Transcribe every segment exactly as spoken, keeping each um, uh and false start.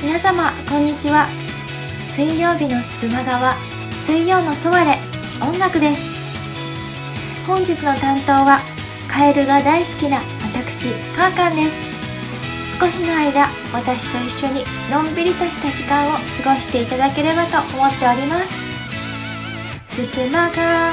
皆様こんにちは。水曜日のスプマガは水曜のソワレ音楽です。本日の担当はカエルが大好きな私カーカンです。少しの間私と一緒にのんびりとした時間を過ごしていただければと思っております。スプマガ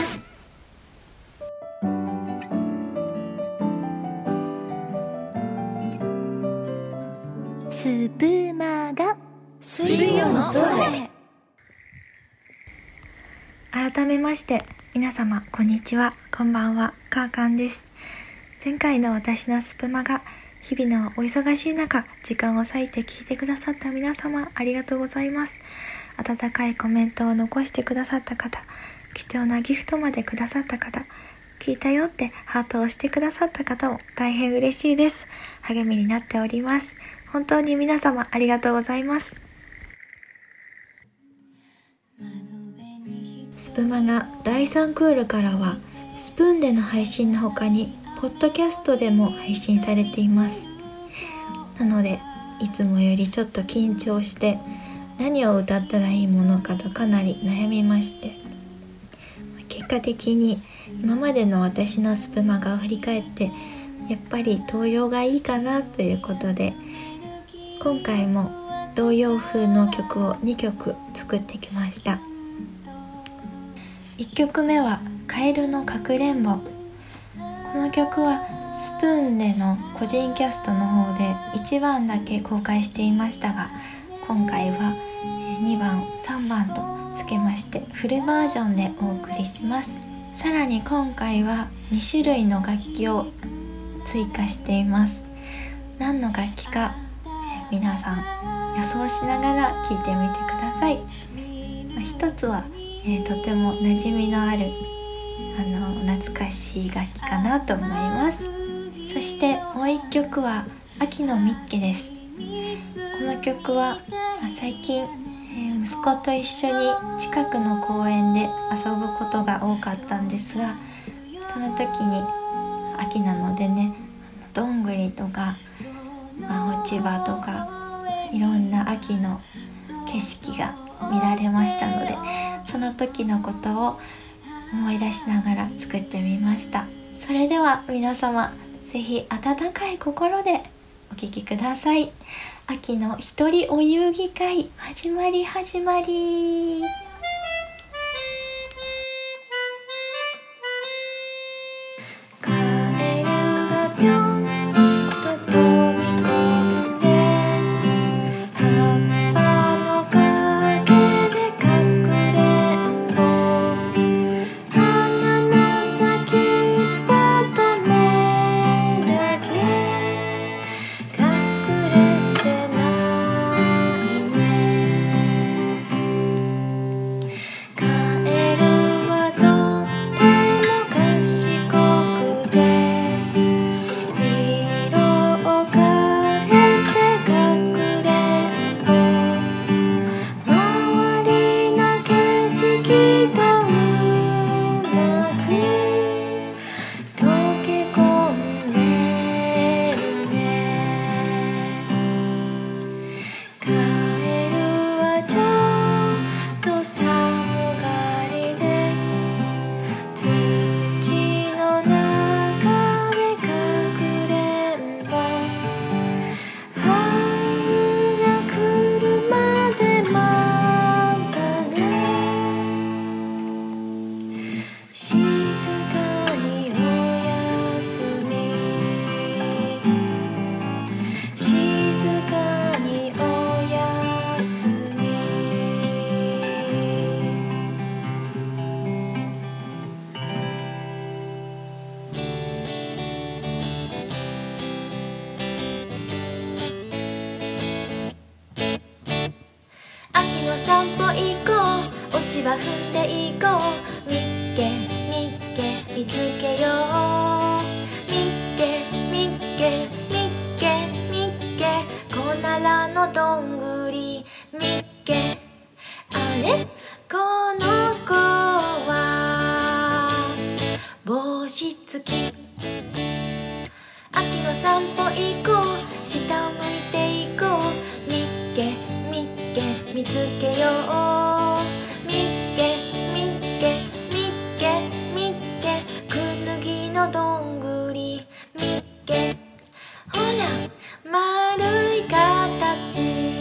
スプマガ水曜のソワレ。改めまして皆様こんにちは、こんばんは、カーカンです。前回の私のスプマガ、日々のお忙しい中時間を割いて聞いてくださった皆様ありがとうございます。温かいコメントを残してくださった方、貴重なギフトまでくださった方、聞いたよってハートをしてくださった方も大変嬉しいです。励みになっております。本当に皆様ありがとうございます。スプマガだいさんクールからはスプーンでの配信の他にポッドキャストでも配信されています。なのでいつもよりちょっと緊張して何を歌ったらいいものかとかなり悩みまして、結果的に今までの私のスプマガを振り返ってやっぱり童謡がいいかなということで、今回も童謡風の曲をにきょく作ってきました。いっきょくめはカエルのかくれんぼ。この曲はスプーンでの個人キャストの方でいちばんだけ公開していましたが、今回はにばんさんばんとつけましてフルバージョンでお送りします。さらに今回はにしゅるいの楽器を追加しています。何の楽器か皆さん予想しながら聴いてみてください。一つは、えー、とても馴染みのあるあの懐かしい楽器かなと思います。そしてもう一曲は秋のみっけです。この曲は最近、えー、息子と一緒に近くの公園で遊ぶことが多かったんですが、その時に秋なのでね、どんぐりとかまあ、落ち葉とかいろんな秋の景色が見られましたので、その時のことを思い出しながら作ってみました。それでは皆様ぜひ温かい心でお聴きください。秋の一人お遊戯会始まり始まり。カエルがぴょん散歩行こう、落ち葉踏んで行こう、みっけみっけ見つけよう、みっけみっけみっけみっけこならのどんぐりみっけ、あれこの子は帽子付き、秋の散歩行こう、下を向いて行こう、みっけ見つけよう。みっけみっけみっけみっけ、くぬぎのどんぐりみっけ、ほら丸い形、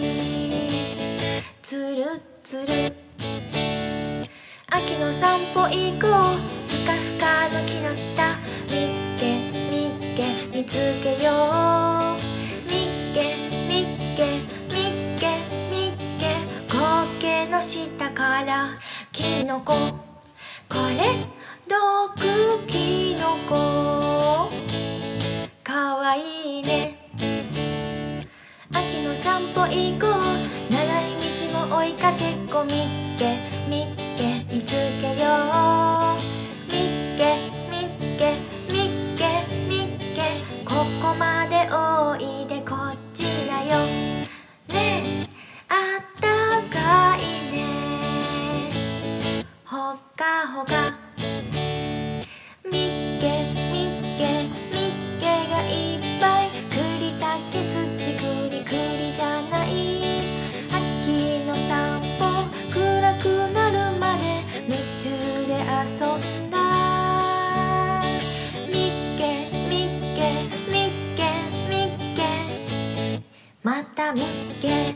つるつる。秋の散歩行こう。ふかふかの木の下、みっけみっけ見つけよう。みっけみっけみっけみっけ、苔の下からキノコ、これ毒キノコ、かわいいね。秋の散歩行こう。長い道も追いかけっこ、みっけみっけ見つけよう。みっけみっけみっけみっけ、ここまでおいでこっちだよ。ねえあったかいね、ほっかほか。みっけみっけみっけがいっぱい、栗たけ土栗栗じゃない。秋の散歩暗くなるまで夢中で遊んだ。みっけみっけみっけみっけ、またみっけ。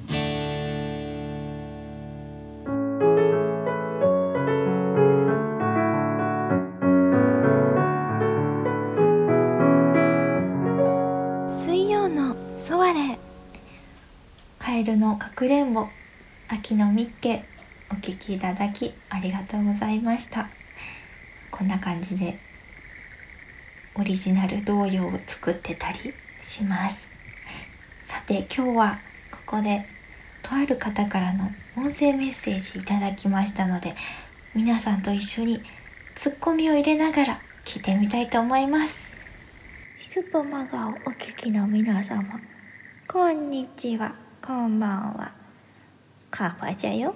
水曜のソワレ、カエルのかくれんぼ、秋のみっけ、お聞きいただきありがとうございました。こんな感じでオリジナル童謡を作ってたりします。さて今日はここでとある方からの音声メッセージいただきましたので、皆さんと一緒にツッコミを入れながら聞いてみたいと思います。スポマガをお聞きの皆様、こんにちは、こんばんは。カバじゃよ。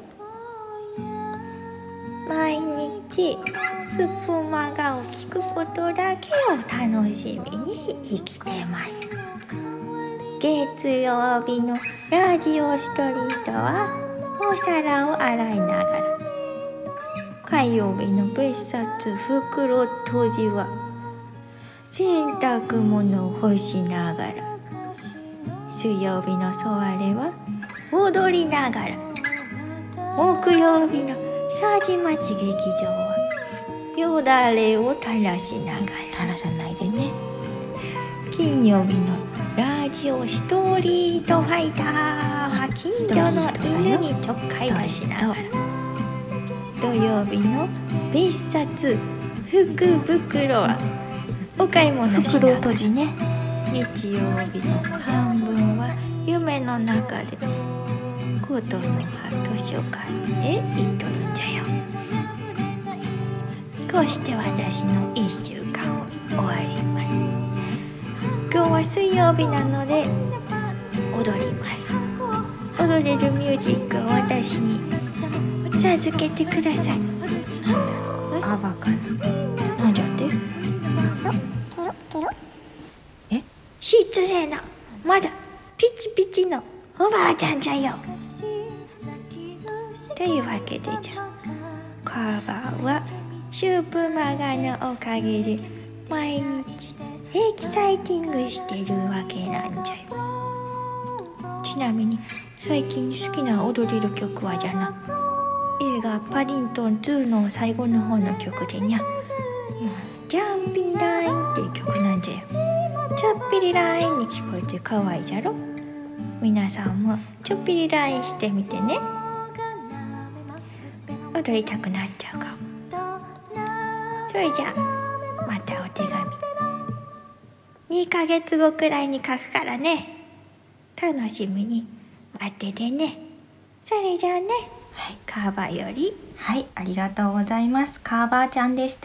毎日スプマガを聞くことだけを楽しみに生きてます。月曜日のラジオストリートはお皿を洗いながら、火曜日の別冊袋閉じは洗濯物を干しながら、水曜日のソワレは踊りながら、木曜日のさじまち劇場はよだれを垂らしながら、垂らさないでね。金曜日のラジオストリートファイターは近所の犬にちょっかいはしながら、土曜日の別冊福袋はお買い物しながら、袋閉じね。日曜日の半分は夢の中で琴の葉図書館へ行っとるんじゃよ。こうして私の一週間を終わります。今日は水曜日なので踊ります。踊れるミュージックを私に授けてください。あ、バカな。なんじゃって？え？失礼な、まだピチピチのおばあちゃんじゃよ。というわけでじゃ、カバーはシュープマガのおかげで毎日エキサイティングしてるわけなんじゃよ。ちなみに最近好きな踊れる曲はじゃな、映画パディントンツーの最後の方の曲でにゃ、ジャンピーラインって曲なんじゃよ。ちょっぴりラインに聞こえて可愛いじゃろ。皆さんもちょっぴりラインしてみてね。踊りたくなっちゃうかも。それじゃあまたお手紙にかげつごくらいに書くからね。楽しみに待っててね。それじゃあね。はい、カーバーより、はい、ありがとうございます。カーバーちゃんでした。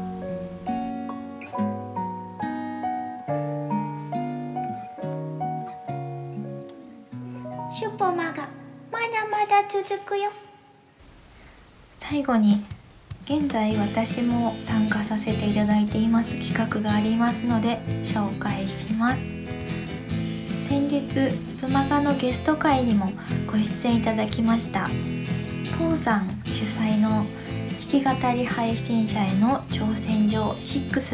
シュポマがまだまだ続くよ。最後に、現在私も参加させていただいています企画がありますので紹介します。先先日スプマガのゲスト会にもご出演いただきましたポーさん主催の弾き語り配信者への挑戦状ろくです。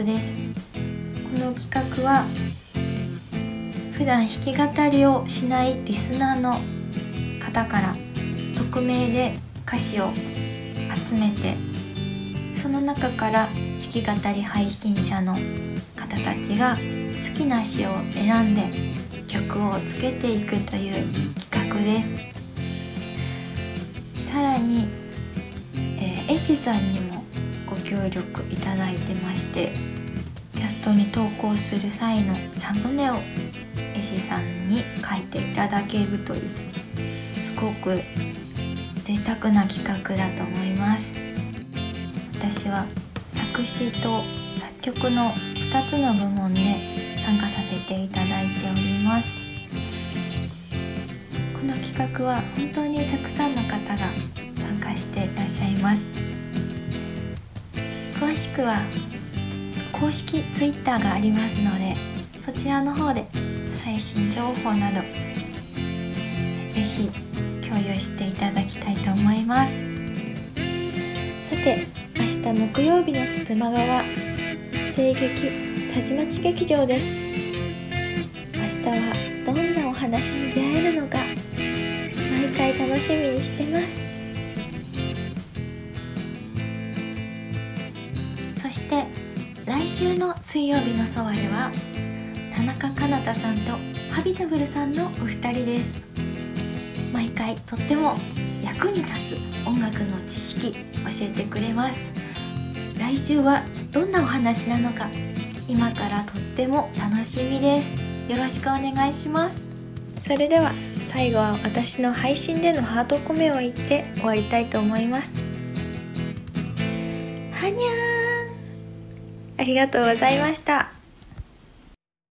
この企画は普段弾き語りをしないリスナーの方から匿名で歌詞を集めて、その中から弾き語り配信者の方たちが好きな詩を選んで曲をつけていくという企画です。さらに、えー、絵師さんにもご協力いただいてまして、キャストに投稿する際のサムネを絵師さんに描いていただけるという、すごく贅沢な企画だと思います。私は作詞と作曲のふたつの部門で参加させていただいております。この企画は本当にたくさんの方が参加していらっしゃいます。詳しくは公式ツイッターがありますので、そちらの方で最新情報などぜひ共有していただきたいと思います。さて、明日木曜日のスプマガは声劇佐治町劇場です。明日はどんなお話に出会えるのか毎回楽しみにしてます。そして来週の水曜日のソワレは田中かなたさんとハビタブルさんのお二人です。毎回とっても役に立つ音楽の知識教えてくれます。来週はどんなお話なのか今からとっても楽しみです。よろしくお願いします。それでは最後は私の配信でのハートコメを言って終わりたいと思います。はにゃーん、ありがとうございました。